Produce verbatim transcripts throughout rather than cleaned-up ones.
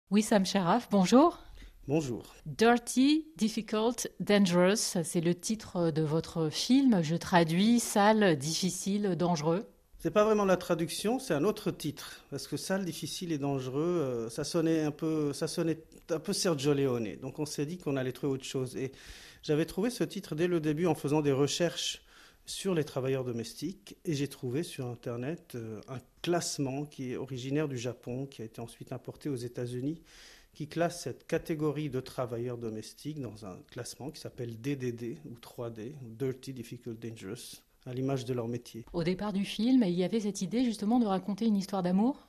Wissam Sharaf, bonjour. Bonjour. Dirty, Difficult, Dangerous, c'est le titre de votre film. Je traduis sale, difficile, dangereux. C'est pas vraiment la traduction, c'est un autre titre. Parce que sale, difficile et dangereux, euh, ça sonnait un peu, ça sonnait un peu Sergio Leone. Donc on s'est dit qu'on allait trouver autre chose. Et j'avais trouvé ce titre dès le début en faisant des recherches sur les travailleurs domestiques. Et j'ai trouvé sur Internet euh, un classement qui est originaire du Japon, qui a été ensuite importé aux États-Unis, qui classe cette catégorie de travailleurs domestiques dans un classement qui s'appelle D D D ou trois D, Dirty, Difficult, Dangerous, à l'image de leur métier. Au départ du film, il y avait cette idée justement de raconter une histoire d'amour.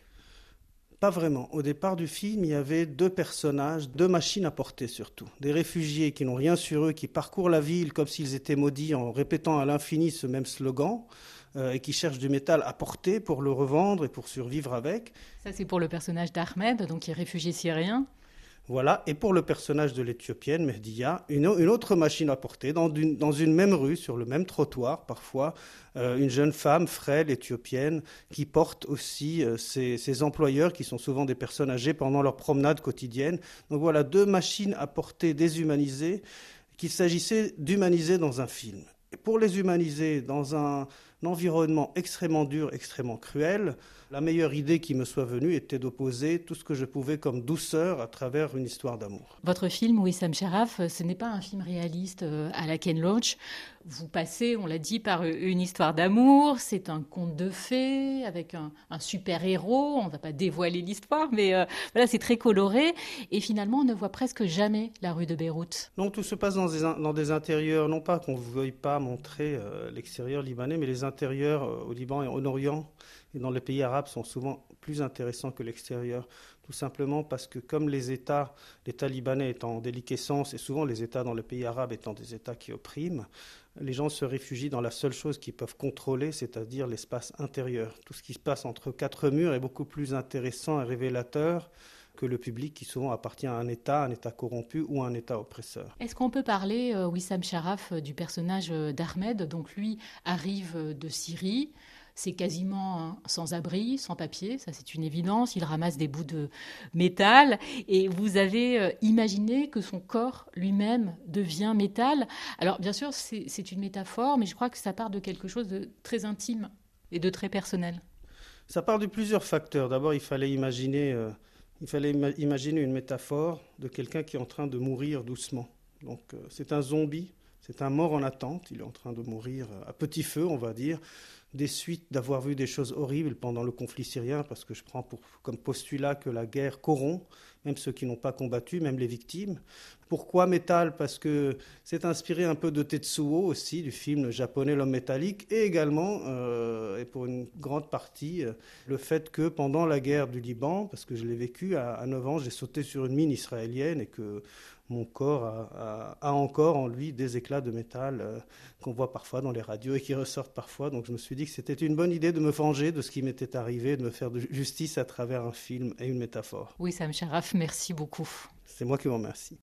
Pas vraiment. Au départ du film, il y avait deux personnages, deux machines à porter surtout. Des réfugiés qui n'ont rien sur eux, qui parcourent la ville comme s'ils étaient maudits en répétant à l'infini ce même slogan euh, et qui cherchent du métal à porter pour le revendre et pour survivre avec. Ça, c'est pour le personnage d'Ahmed, donc qui est réfugié syrien. Voilà, et pour le personnage de l'Éthiopienne, Mehdiya, une, une autre machine à porter, dans une, dans une même rue, sur le même trottoir, parfois, euh, une jeune femme frêle, éthiopienne, qui porte aussi euh, ses, ses employeurs, qui sont souvent des personnes âgées, pendant leur promenade quotidienne. Donc voilà, deux machines à porter déshumanisées, qu'il s'agissait d'humaniser dans un film. Et pour les humaniser dans un, un environnement extrêmement dur, extrêmement cruel, la meilleure idée qui me soit venue était d'opposer tout ce que je pouvais comme douceur à travers une histoire d'amour. Votre film, Wissam Sharaf, ce n'est pas un film réaliste euh, à la Ken Loach. Vous passez, on l'a dit, par une histoire d'amour. C'est un conte de fées avec un, un super-héros. On ne va pas dévoiler l'histoire, mais euh, voilà, c'est très coloré. Et finalement, on ne voit presque jamais la rue de Beyrouth. Non, tout se passe dans des, dans des intérieurs, non pas qu'on ne veuille pas montrer euh, l'extérieur libanais, mais les intérieurs euh, au Liban et en Orient et dans les pays arabes sont souvent plus intéressants que l'extérieur. Tout simplement parce que comme les États, l'État libanais est en déliquescence et souvent les États dans les pays arabes étant des États qui oppriment, les gens se réfugient dans la seule chose qu'ils peuvent contrôler, c'est-à-dire l'espace intérieur. Tout ce qui se passe entre quatre murs est beaucoup plus intéressant et révélateur que le public qui souvent appartient à un État, un État corrompu ou un État oppresseur. Est-ce qu'on peut parler, euh, Wissam Sharaf, euh, du personnage euh, d'Ahmed? Donc lui arrive euh, de Syrie, c'est quasiment un sans-abri, sans papier, ça c'est une évidence, il ramasse des bouts de métal, et vous avez euh, imaginé que son corps lui-même devient métal. Alors bien sûr, c'est c'est une métaphore, mais je crois que ça part de quelque chose de très intime et de très personnel. Ça part de plusieurs facteurs. D'abord, il fallait imaginer, euh, il fallait ima- imaginer une métaphore de quelqu'un qui est en train de mourir doucement. Donc, euh, c'est un zombie, c'est un mort en attente. Il est en train de mourir euh, à petit feu, on va dire, des suites d'avoir vu des choses horribles pendant le conflit syrien, parce que je prends pour, comme postulat que la guerre corrompt, même ceux qui n'ont pas combattu, même les victimes. Pourquoi métal? Parce que c'est inspiré un peu de Tetsuo aussi, du film japonais L'homme métallique, et également, euh, et pour une grande partie, euh, le fait que pendant la guerre du Liban, parce que je l'ai vécu à, à neuf ans, j'ai sauté sur une mine israélienne et que mon corps a, a, a encore en lui des éclats de métal euh, qu'on voit parfois dans les radios et qui ressortent parfois. Donc je me suis dit que c'était une bonne idée de me venger de ce qui m'était arrivé, de me faire de justice à travers un film et une métaphore. Wissam Sharaf, merci beaucoup. C'est moi qui vous remercie.